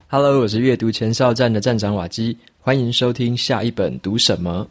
Hello， 我是阅读前哨站的站长瓦基，欢迎收听下一本读什么。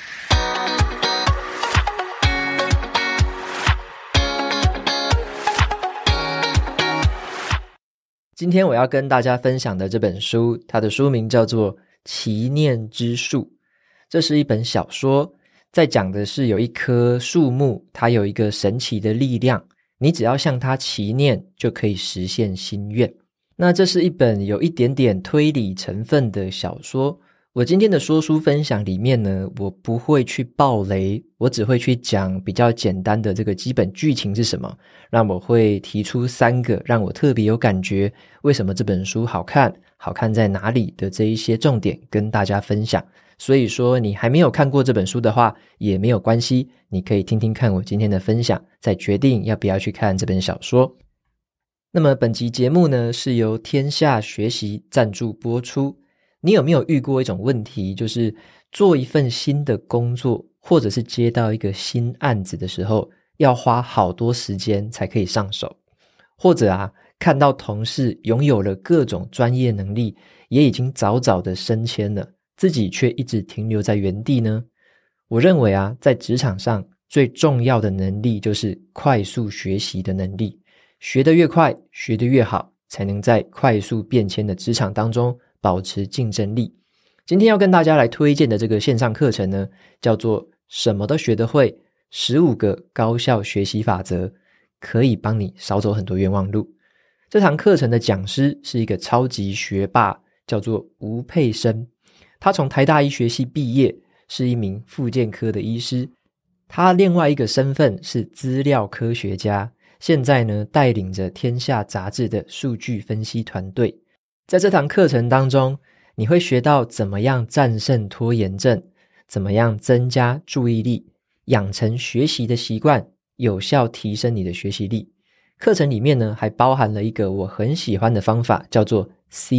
今天我要跟大家分享的这本书，它的书名叫做《祈念之树》。这是一本小说，在讲的是有一棵树木，它有一个神奇的力量，你只要向它祈念，就可以实现心愿。那这是一本有一点点推理成分的小说。我今天的说书分享里面呢，我不会去爆雷，我只会去讲比较简单的这个基本剧情是什么，让我会提出3个让我特别有感觉，为什么这本书好看，好看在哪里的这一些重点跟大家分享。所以说你还没有看过这本书的话也没有关系，你可以听听看我今天的分享，再决定要不要去看这本小说。那么本集节目呢，是由天下学习赞助播出。你有没有遇过一种问题，就是做一份新的工作，或者是接到一个新案子的时候，要花好多时间才可以上手，或者看到同事拥有了各种专业能力，也已经早早的升迁了，自己却一直停留在原地呢？我认为在职场上最重要的能力就是快速学习的能力，学得越快，学得越好，才能在快速变迁的职场当中保持竞争力。今天要跟大家来推荐的这个线上课程呢，叫做什么都学得会，15个高效学习法则，可以帮你少走很多冤枉路。这堂课程的讲师是一个超级学霸，叫做吴佩生。他从台大医学系毕业，是一名复健科的医师。他另外一个身份是资料科学家，现在呢带领着天下杂志的数据分析团队。在这堂课程当中，你会学到怎么样战胜拖延症，怎么样增加注意力，养成学习的习惯，有效提升你的学习力。课程里面呢还包含了一个我很喜欢的方法，叫做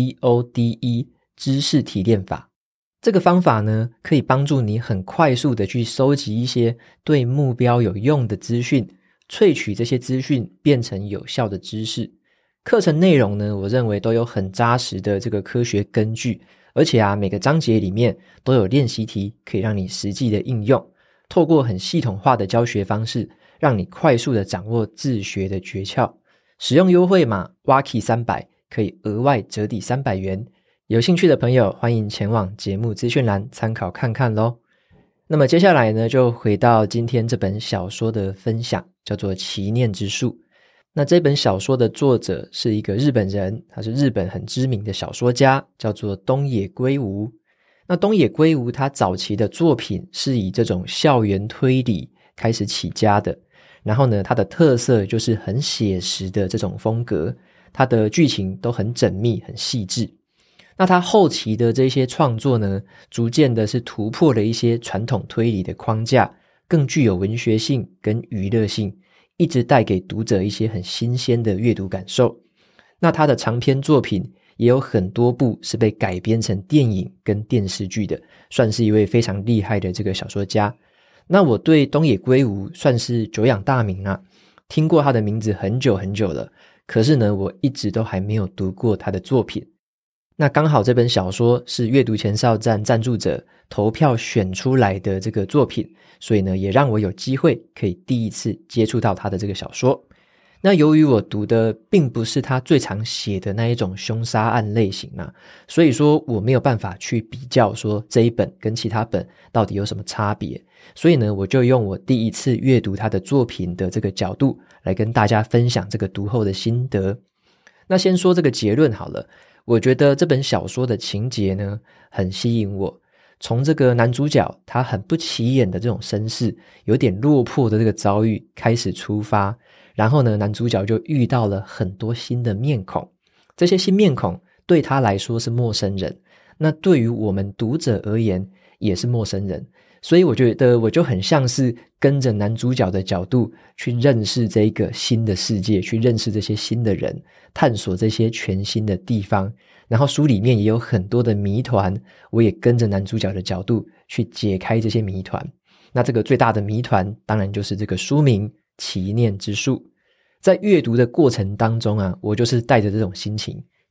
CODE 知识提炼法。这个方法呢可以帮助你很快速的去收集一些对目标有用的资讯，萃取这些资讯变成有效的知识。课程内容呢，我认为都有很扎实的这个科学根据，而且每个章节里面都有练习题可以让你实际的应用，透过很系统化的教学方式，让你快速的掌握自学的诀窍。使用优惠码 WAKI300 可以额外折抵300元，有兴趣的朋友欢迎前往节目资讯栏参考看看咯。那么接下来呢，就回到今天这本小说的分享，叫做《祈念之树》。那这本小说的作者是一个日本人，他是日本很知名的小说家，叫做东野圭吾。那东野圭吾他早期的作品是以这种校园推理开始起家的，然后呢，他的特色就是很写实的这种风格，他的剧情都很缜密很细致。那他后期的这些创作呢，逐渐的是突破了一些传统推理的框架，更具有文学性跟娱乐性，一直带给读者一些很新鲜的阅读感受。那他的长篇作品也有很多部是被改编成电影跟电视剧的，算是一位非常厉害的这个小说家。那我对东野圭吾算是久仰大名听过他的名字很久很久了，可是呢，我一直都还没有读过他的作品。那刚好这本小说是阅读前哨站赞助者投票选出来的这个作品，所以呢也让我有机会可以第一次接触到他的这个小说。那由于我读的并不是他最常写的那一种凶杀案类型所以说我没有办法去比较说这一本跟其他本到底有什么差别，所以呢我就用我第一次阅读他的作品的这个角度来跟大家分享这个读后的心得。那先说这个结论好了，我觉得这本小说的情节呢很吸引我，从这个男主角他很不起眼的这种身世，有点落魄的这个遭遇开始出发，然后呢男主角就遇到了很多新的面孔，这些新面孔对他来说是陌生人，那对于我们读者而言也是陌生人，所以我觉得我就很像是跟着男主角的角度去认识这个新的世界，去认识这些新的人，探索这些全新的地方。然后书里面也有很多的谜团，我也跟着男主角的角度去解开这些谜团。那这个最大的谜团当然就是这个书名祈念之树。在阅读的过程当中我就是带着这种心情，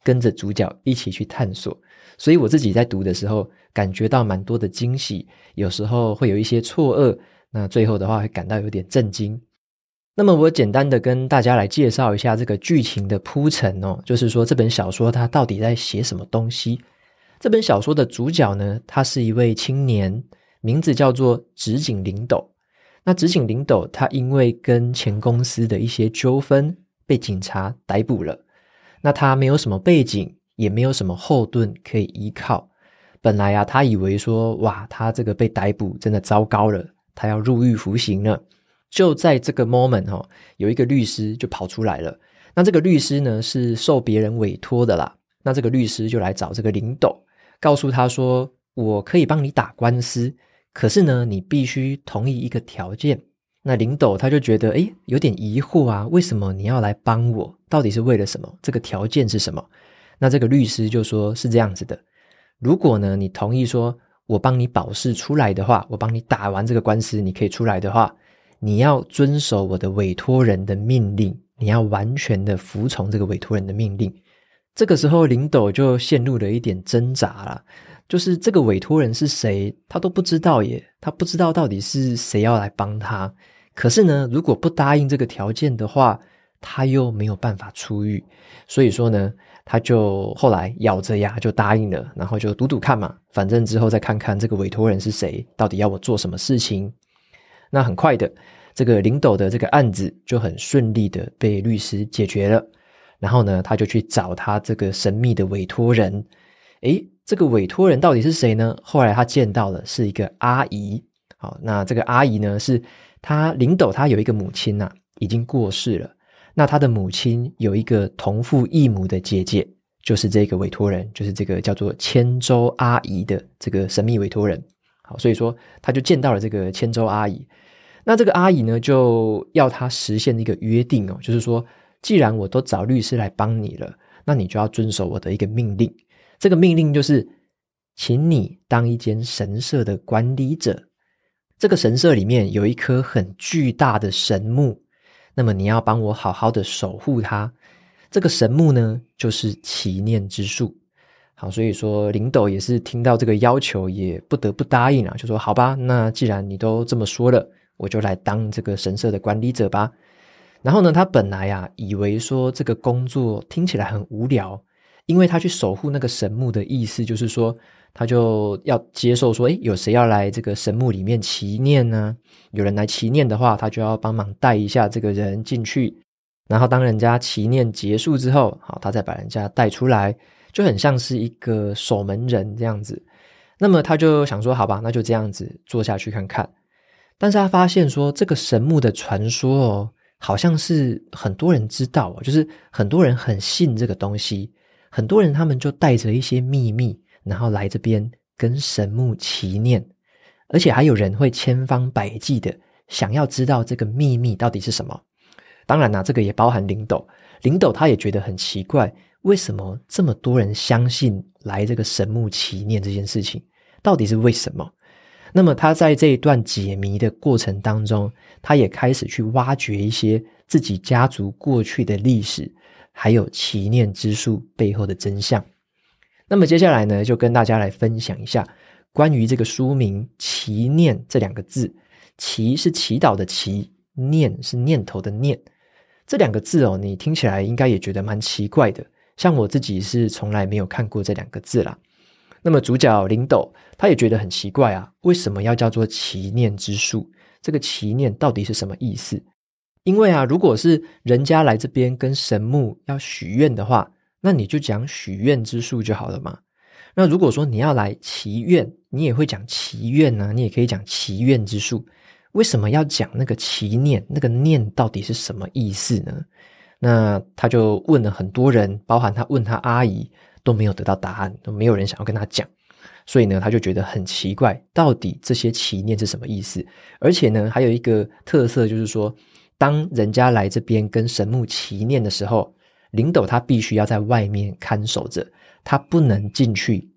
跟着主角一起去探索。所以我自己在读的时候感觉到蛮多的惊喜，有时候会有一些错愕，那最后的话会感到有点震惊。那么我简单的跟大家来介绍一下这个剧情的铺陈哦，就是说这本小说它到底在写什么东西。这本小说的主角呢，他是一位青年，名字叫做直井绫斗。那直井绫斗他因为跟前公司的一些纠纷被警察逮捕了，那他没有什么背景，也没有什么后盾可以依靠。本来啊，他以为说哇，他这个被逮捕真的糟糕了，他要入狱服刑了。就在这个 moment 有一个律师就跑出来了。那这个律师呢是受别人委托的啦。那这个律师就来找这个绫斗，告诉他说，我可以帮你打官司，可是呢你必须同意一个条件。那绫斗他就觉得有点疑惑啊，为什么你要来帮我？到底是为了什么？这个条件是什么？那这个律师就说是这样子的，如果呢你同意说我帮你保释出来的话，我帮你打完这个官司你可以出来的话，你要遵守我的委托人的命令，你要完全的服从这个委托人的命令。这个时候绫斗就陷入了一点挣扎啦，就是这个委托人是谁他都不知道耶，他不知道到底是谁要来帮他。可是呢如果不答应这个条件的话，他又没有办法出狱。所以说呢他就后来咬着牙就答应了，然后就赌赌看嘛，反正之后再看看这个委托人是谁，到底要我做什么事情。那很快的，这个绫斗的这个案子就很顺利的被律师解决了。然后呢他就去找他这个神秘的委托人。这个委托人到底是谁呢？后来他见到了是一个阿姨。好，那这个阿姨呢是他绫斗他有一个母亲啊，已经过世了。那他的母亲有一个同父异母的姐姐，就是这个委托人，就是这个叫做千舟阿姨的这个神秘委托人。好，所以说他就见到了这个千舟阿姨。那这个阿姨呢就要他实现一个约定哦，就是说既然我都找律师来帮你了，那你就要遵守我的一个命令。这个命令就是请你当一间神社的管理者。这个神社里面有一棵很巨大的神木，那么你要帮我好好的守护它。这个神木呢就是祈念之树。好，所以说绫斗也是听到这个要求也不得不答应啊，就说好吧，那既然你都这么说了，我就来当这个神社的管理者吧。然后呢他本来啊以为说这个工作听起来很无聊，因为他去守护那个神木的意思就是说他就要接受说有谁要来这个神木里面祈念呢？有人来祈念的话，他就要帮忙带一下这个人进去，然后当人家祈念结束之后，好，他再把人家带出来，就很像是一个守门人这样子。那么他就想说好吧，那就这样子做下去看看。但是他发现说这个神木的传说好像是很多人知道就是很多人很信这个东西，很多人他们就带着一些秘密，然后来这边跟神木祈念，而且还有人会千方百计的想要知道这个秘密到底是什么。当然这个也包含绫斗。绫斗他也觉得很奇怪，为什么这么多人相信来这个神木祈念这件事情，到底是为什么？那么他在这一段解谜的过程当中，他也开始去挖掘一些自己家族过去的历史，还有祈念之树背后的真相。那么接下来呢，就跟大家来分享一下关于这个书名祈念这两个字。祈是祈祷的祈，念是念头的念。这两个字你听起来应该也觉得蛮奇怪的，像我自己是从来没有看过这两个字啦。那么主角绫斗他也觉得很奇怪啊，为什么要叫做祈念之树？这个祈念到底是什么意思？因为如果是人家来这边跟神木要许愿的话，那你就讲许愿之树就好了嘛。那如果说你要来祈愿，你也会讲祈愿啊，你也可以讲祈愿之树。为什么要讲那个祈念？那个念到底是什么意思呢？那他就问了很多人，包含他问他阿姨，都没有得到答案，都没有人想要跟他讲。所以呢他就觉得很奇怪，到底这些祈念是什么意思？而且呢还有一个特色，就是说当人家来这边跟神木祈念的时候，绫斗他必须要在外面看守着，他不能进去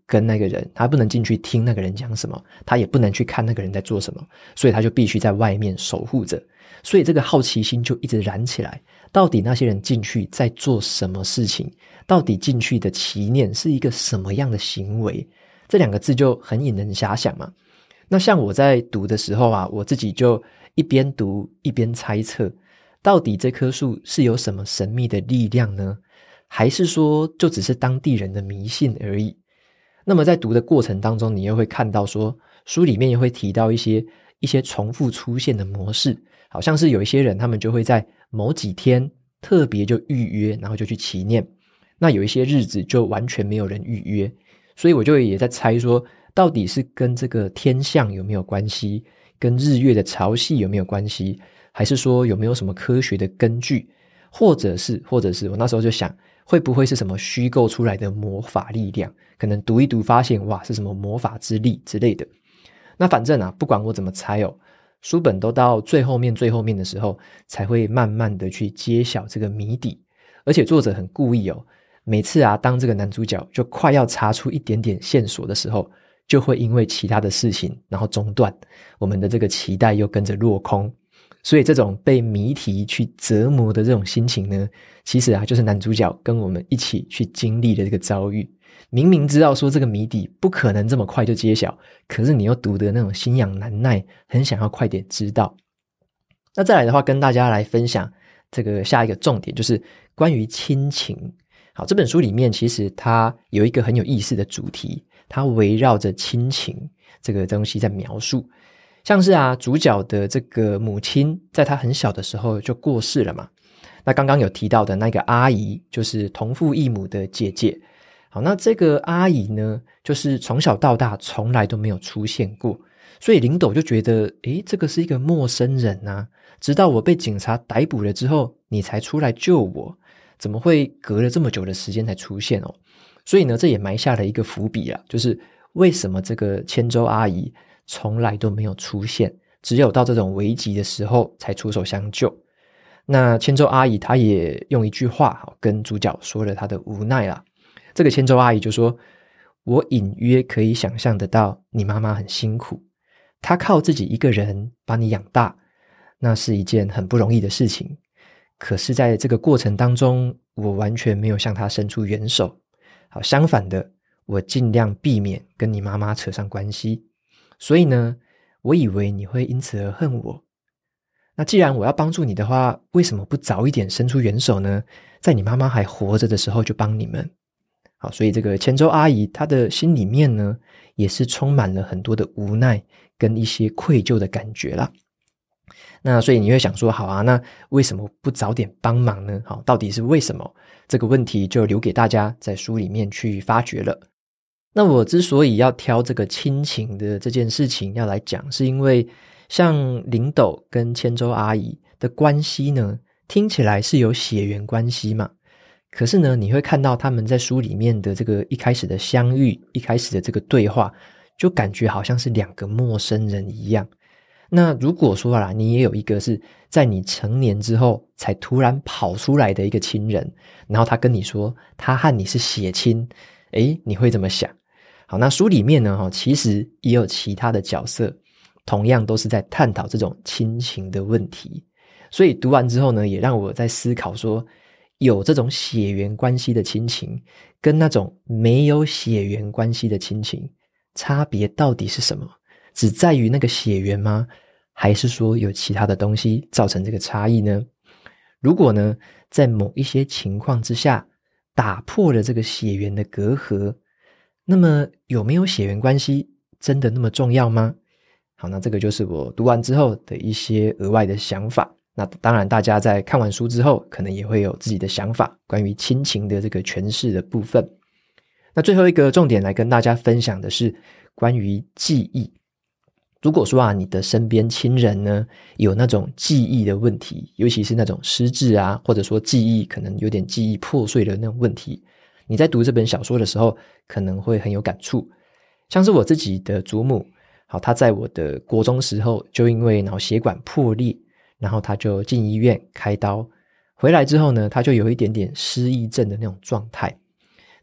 跟那个人，他不能进去听那个人讲什么，他也不能去看那个人在做什么，所以他就必须在外面守护着。所以这个好奇心就一直燃起来，到底那些人进去在做什么事情，到底进去的祈念是一个什么样的行为，这两个字就很引人遐想嘛。那像我在读的时候啊，我自己就一边读一边猜测，到底这棵树是有什么神秘的力量呢？还是说就只是当地人的迷信而已？那么在读的过程当中，你又会看到说，书里面也会提到一些重复出现的模式，好像是有一些人他们就会在某几天特别就预约，然后就去祈念，那有一些日子就完全没有人预约，所以我就也在猜说，到底是跟这个天象有没有关系，跟日月的潮汐有没有关系，还是说有没有什么科学的根据，或者是我那时候就想，会不会是什么虚构出来的魔法力量，可能读一读发现哇是什么魔法之力之类的。那反正啊，不管我怎么猜哦，书本都到最后面的时候才会慢慢的去揭晓这个谜底。而且作者很故意哦，每次啊当这个男主角就快要查出一点点线索的时候，就会因为其他的事情然后中断，我们的这个期待又跟着落空。所以这种被谜题去折磨的这种心情呢，其实啊就是男主角跟我们一起去经历的这个遭遇。明明知道说这个谜底不可能这么快就揭晓，可是你又读得那种心痒难耐，很想要快点知道。那再来的话，跟大家来分享这个下一个重点，就是关于亲情。好，这本书里面其实它有一个很有意思的主题，它围绕着亲情这个东西在描述。像是啊，主角的这个母亲在他很小的时候就过世了嘛。那刚刚有提到的那个阿姨，就是同父异母的姐姐。好，那这个阿姨呢，就是从小到大从来都没有出现过，所以林斗就觉得，这个是一个陌生人啊，直到我被警察逮捕了之后，你才出来救我，怎么会隔了这么久的时间才出现哦？所以呢，这也埋下了一个伏笔啦，就是为什么这个千舟阿姨从来都没有出现，只有到这种危急的时候才出手相救。那千舟阿姨她也用一句话跟主角说了她的无奈啦。这个千舟阿姨就说，我隐约可以想象得到你妈妈很辛苦，她靠自己一个人把你养大，那是一件很不容易的事情。可是在这个过程当中，我完全没有向她伸出援手。好，相反的，我尽量避免跟你妈妈扯上关系。所以呢，我以为你会因此而恨我。那既然我要帮助你的话，为什么不早一点伸出援手呢？在你妈妈还活着的时候就帮你们。好，所以这个千舟阿姨她的心里面呢，也是充满了很多的无奈跟一些愧疚的感觉啦。那所以你会想说，好啊，那为什么不早点帮忙呢？好，到底是为什么？这个问题就留给大家在书里面去发掘了。那我之所以要挑这个亲情的这件事情要来讲，是因为像林斗跟千舟阿姨的关系呢，听起来是有血缘关系嘛。可是呢，你会看到他们在书里面的这个一开始的相遇，一开始的这个对话，就感觉好像是两个陌生人一样。那如果说啦，你也有一个是在你成年之后才突然跑出来的一个亲人，然后他跟你说他和你是血亲，你会怎么想？好，那书里面呢，其实也有其他的角色，同样都是在探讨这种亲情的问题。所以读完之后呢，也让我在思考说，有这种血缘关系的亲情，跟那种没有血缘关系的亲情，差别到底是什么？只在于那个血缘吗？还是说有其他的东西造成这个差异呢？如果呢，在某一些情况之下，打破了这个血缘的隔阂，那么有没有血缘关系真的那么重要吗？好，那这个就是我读完之后的一些额外的想法。那当然大家在看完书之后可能也会有自己的想法，关于亲情的这个诠释的部分。那最后一个重点来跟大家分享的是关于记忆。如果说你的身边亲人呢有那种记忆的问题，尤其是那种失智啊，或者说记忆可能有点记忆破碎的那种问题，你在读这本小说的时候可能会很有感触。像是我自己的祖母，好，她在我的国中时候就因为脑血管破裂，然后她就进医院开刀，回来之后呢，她就有一点点失忆症的那种状态。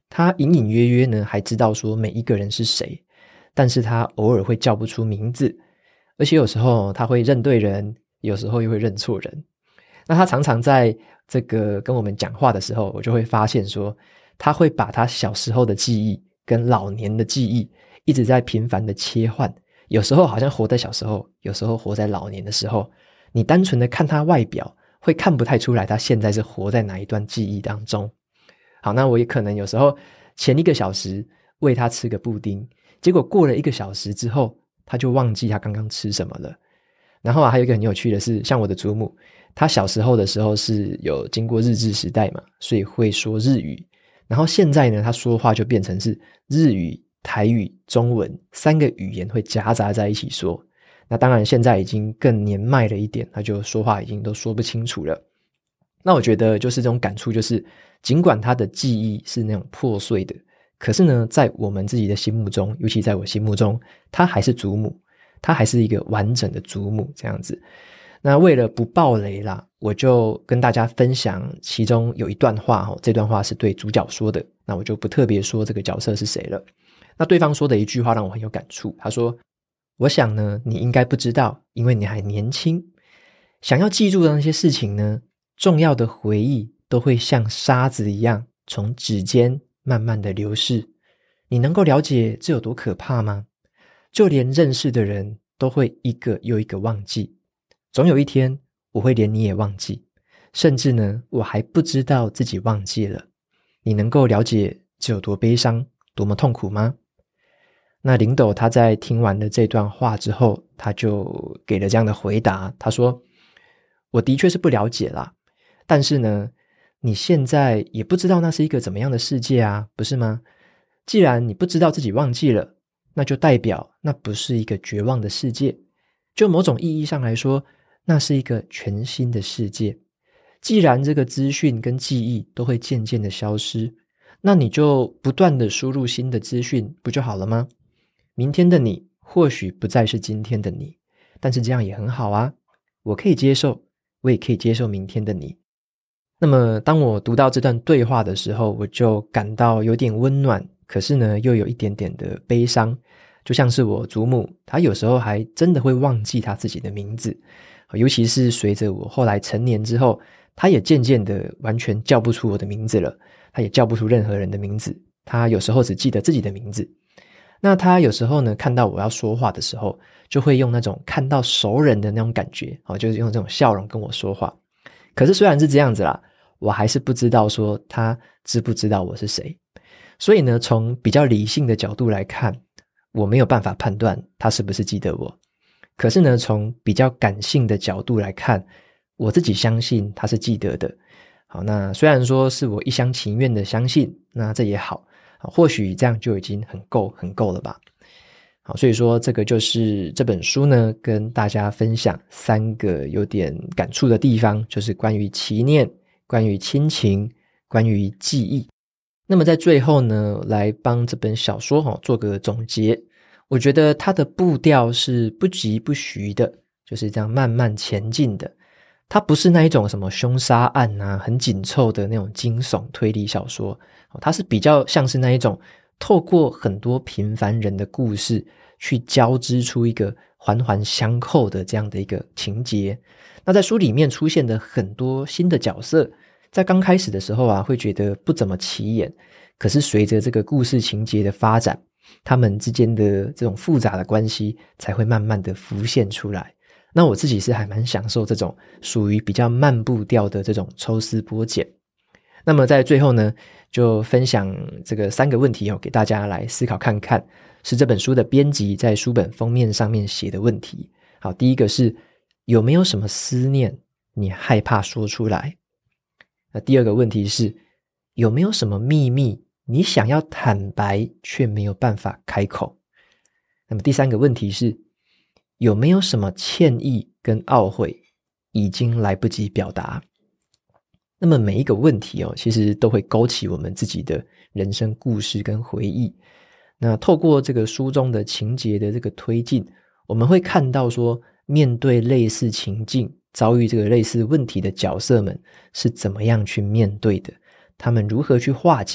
他隐隐约约呢还知道说每一个人是谁，但是他偶尔会叫不出名字，而且有时候他会认对人，有时候又会认错人。那他常常在这个跟我们讲话的时候，我就会发现说，他会把他小时候的记忆跟老年的记忆一直在频繁的切换，有时候好像活在小时候，有时候活在老年的时候，你单纯的看他外表会看不太出来他现在是活在哪一段记忆当中。好，那我也可能有时候前1个小时喂他吃个布丁，结果过了1个小时之后，他就忘记他刚刚吃什么了。然后还有一个很有趣的是，像我的祖母，她小时候的时候是有经过日治时代嘛，所以会说日语。然后现在呢，她说话就变成是日语、台语、中文3个语言会夹杂在一起说。那当然现在已经更年迈了一点，她就说话已经都说不清楚了。那我觉得就是这种感触，就是尽管她的记忆是那种破碎的，可是呢，在我们自己的心目中，尤其在我心目中，她还是祖母，她还是一个完整的祖母这样子。那为了不爆雷啦，我就跟大家分享其中有一段话，这段话是对主角说的，那我就不特别说这个角色是谁了。那对方说的一句话让我很有感触，他说，我想呢，你应该不知道，因为你还年轻，想要记住的那些事情呢，重要的回忆都会像沙子一样从指尖慢慢的流逝。你能够了解这有多可怕吗？就连认识的人都会一个又一个忘记，总有一天我会连你也忘记，甚至呢，我还不知道自己忘记了。你能够了解这有多悲伤，多么痛苦吗？那林斗他在听完了这段话之后，他就给了这样的回答，他说，我的确是不了解啦，但是呢，你现在也不知道那是一个怎么样的世界啊，不是吗？既然你不知道自己忘记了，那就代表那不是一个绝望的世界，就某种意义上来说，那是一个全新的世界。既然这个资讯跟记忆都会渐渐的消失，那你就不断的输入新的资讯不就好了吗？明天的你或许不再是今天的你，但是这样也很好啊，我可以接受，我也可以接受明天的你。那么当我读到这段对话的时候，我就感到有点温暖，可是呢又有一点点的悲伤，就像是我祖母，她有时候还真的会忘记她自己的名字，尤其是随着我后来成年之后，她也渐渐的完全叫不出我的名字了，她也叫不出任何人的名字，她有时候只记得自己的名字。那她有时候呢，看到我要说话的时候，就会用那种看到熟人的那种感觉，就是用这种笑容跟我说话。可是虽然是这样子啦，我还是不知道说她知不知道我是谁。所以呢，从比较理性的角度来看，我没有办法判断她是不是记得我。可是呢，从比较感性的角度来看，我自己相信她是记得的。好，那虽然说是我一厢情愿的相信，那这也好，或许这样就已经很够了吧。好，所以说这个就是这本书呢跟大家分享3个有点感触的地方，就是关于祈念，关于亲情，关于记忆。那么在最后呢，来帮这本小说做个总结。我觉得它的步调是不急不徐的，就是这样慢慢前进的。它不是那一种什么凶杀案啊，很紧凑的那种惊悚推理小说，它是比较像是那一种透过很多平凡人的故事去交织出一个环环相扣的这样的一个情节。那在书里面出现的很多新的角色，在刚开始的时候啊，会觉得不怎么起眼，可是随着这个故事情节的发展，他们之间的这种复杂的关系才会慢慢的浮现出来。那我自己是还蛮享受这种属于比较慢步调的这种抽丝剥茧。那么在最后呢，就分享这个3个问题给大家来思考看看，是这本书的编辑在书本封面上面写的问题。好，第一个是有没有什么思念你害怕说出来？那第二个问题是有没有什么秘密你想要坦白却没有办法开口？那么第3个问题是有没有什么歉意跟懊悔已经来不及表达？那么每一个问题其实都会勾起我们自己的人生故事跟回忆。那透过这个书中的情节的这个推进，我们会看到说，面对类似情境遭遇这个类似问题的角色们是怎么样去面对的，他们如何去化解，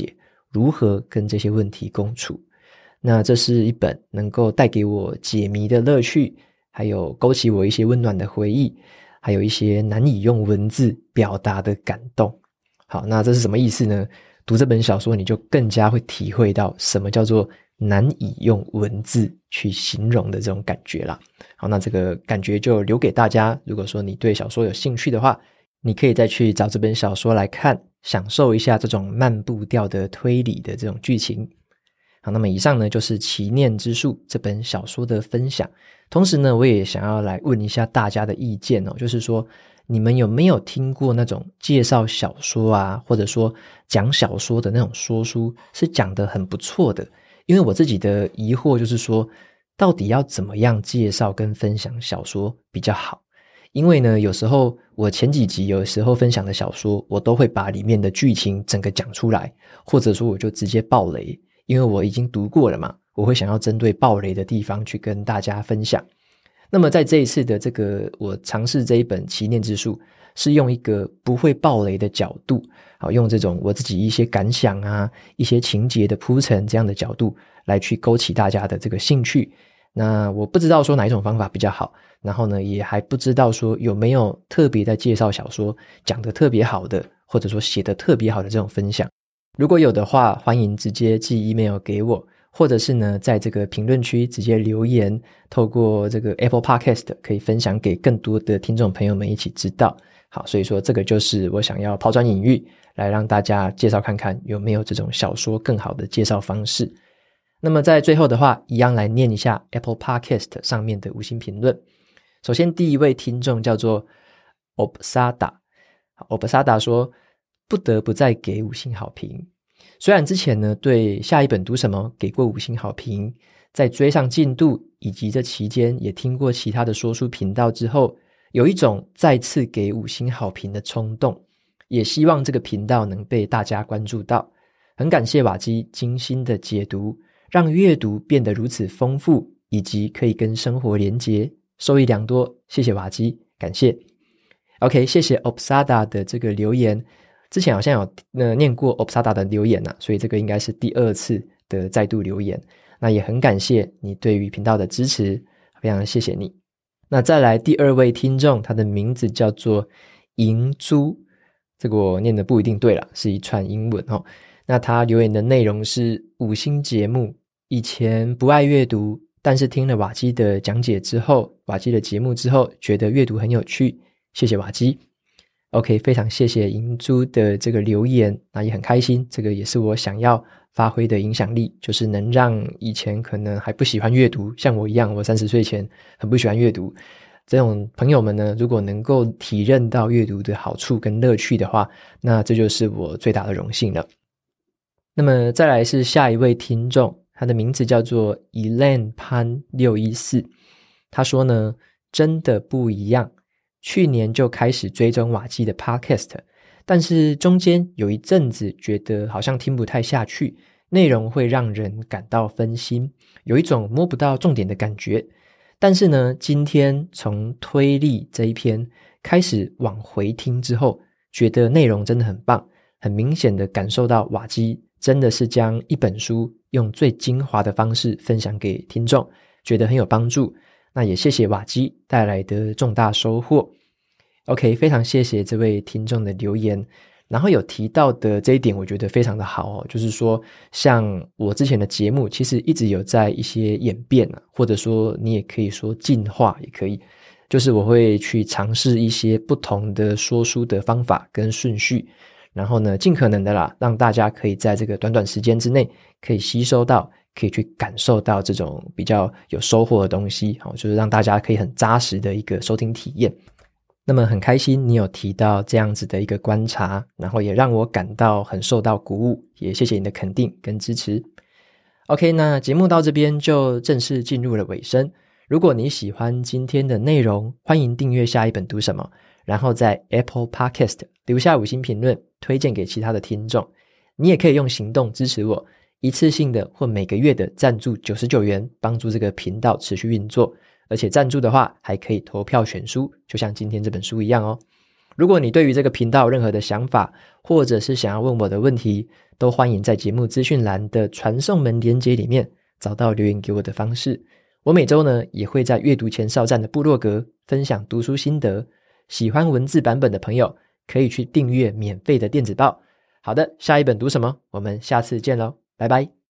如何跟这些问题共处。那这是一本能够带给我解谜的乐趣，还有勾起我一些温暖的回忆，还有一些难以用文字表达的感动。好，那这是什么意思呢？读这本小说你就更加会体会到什么叫做难以用文字去形容的这种感觉啦。好，那这个感觉就留给大家，如果说你对小说有兴趣的话，你可以再去找这本小说来看，享受一下这种慢步调的推理的这种剧情。好，那么以上呢就是《奇念之术》这本小说的分享。同时呢，我也想要来问一下大家的意见哦，就是说你们有没有听过那种介绍小说啊，或者说讲小说的那种说书是讲得很不错的？因为我自己的疑惑就是说，到底要怎么样介绍跟分享小说比较好？因为呢，有时候我前几集有时候分享的小说，我都会把里面的剧情整个讲出来，或者说我就直接爆雷，因为我已经读过了嘛，我会想要针对爆雷的地方去跟大家分享。那么在这一次的这个我尝试这一本《奇念之术》，是用一个不会爆雷的角度，用这种我自己一些感想啊，一些情节的铺陈这样的角度来去勾起大家的这个兴趣。那我不知道说哪一种方法比较好，然后呢也还不知道说有没有特别在介绍小说讲得特别好的，或者说写得特别好的这种分享。如果有的话，欢迎直接寄 email 给我，或者是呢在这个评论区直接留言，透过这个 Apple Podcast 可以分享给更多的听众朋友们一起知道。好，所以说这个就是我想要抛砖引玉，来让大家介绍看看有没有这种小说更好的介绍方式。那么在最后的话，一样来念一下 Apple Podcast 上面的5星评论。首先第一位听众叫做 Obsada 说，不得不再给5星好评。虽然之前呢对下一本读什么给过5星好评，在追上进度以及这期间也听过其他的说书频道之后，有一种再次给5星好评的冲动，也希望这个频道能被大家关注到。很感谢瓦基精心的解读，让阅读变得如此丰富，以及可以跟生活连结，受益良多。谢谢瓦基，感谢。OK， 谢谢 Obsada 的这个留言。之前好像有念过 Obsada 的留言所以这个应该是第2次的再度留言。那也很感谢你对于频道的支持，非常谢谢你。那再来第2位听众，他的名字叫做银珠，这个我念的不一定对啦，是一串英文那他留言的内容是5星节目，以前不爱阅读，但是听了瓦基的讲解之后，瓦基的节目之后，觉得阅读很有趣，谢谢瓦基。OK， 非常谢谢银珠的这个留言，那也很开心，这个也是我想要发挥的影响力，就是能让以前可能还不喜欢阅读，像我一样，我30岁前很不喜欢阅读，这种朋友们呢，如果能够体认到阅读的好处跟乐趣的话，那这就是我最大的荣幸了。那么再来是下一位听众，他的名字叫做 Elaine 潘614，他说呢，真的不一样，去年就开始追踪瓦基的 Podcast， 但是中间有一阵子觉得好像听不太下去，内容会让人感到分心，有一种摸不到重点的感觉。但是呢，今天从推理这一篇开始往回听之后，觉得内容真的很棒，很明显的感受到瓦基真的是将一本书用最精华的方式分享给听众，觉得很有帮助。那也谢谢瓦基带来的重大收获。OK， 非常谢谢这位听众的留言。然后有提到的这一点我觉得非常的好就是说像我之前的节目其实一直有在一些演变或者说你也可以说进化也可以，就是我会去尝试一些不同的说书的方法跟顺序，然后呢尽可能的让大家可以在这个短短时间之内可以吸收到，可以去感受到这种比较有收获的东西就是让大家可以很扎实的一个收听体验。那么很开心你有提到这样子的一个观察，然后也让我感到很受到鼓舞，也谢谢你的肯定跟支持。OK， 那节目到这边就正式进入了尾声。如果你喜欢今天的内容，欢迎订阅下一本读什么，然后在 Apple Podcast 留下5星评论，推荐给其他的听众。你也可以用行动支持我，一次性的或每个月的赞助99元，帮助这个频道持续运作。而且赞助的话还可以投票选书，就像今天这本书一样如果你对于这个频道有任何的想法，或者是想要问我的问题，都欢迎在节目资讯栏的传送门连结里面找到留言给我的方式。我每周呢也会在阅读前哨站的部落格分享读书心得，喜欢文字版本的朋友可以去订阅免费的电子报。好的，下一本读什么？我们下次见咯，拜拜。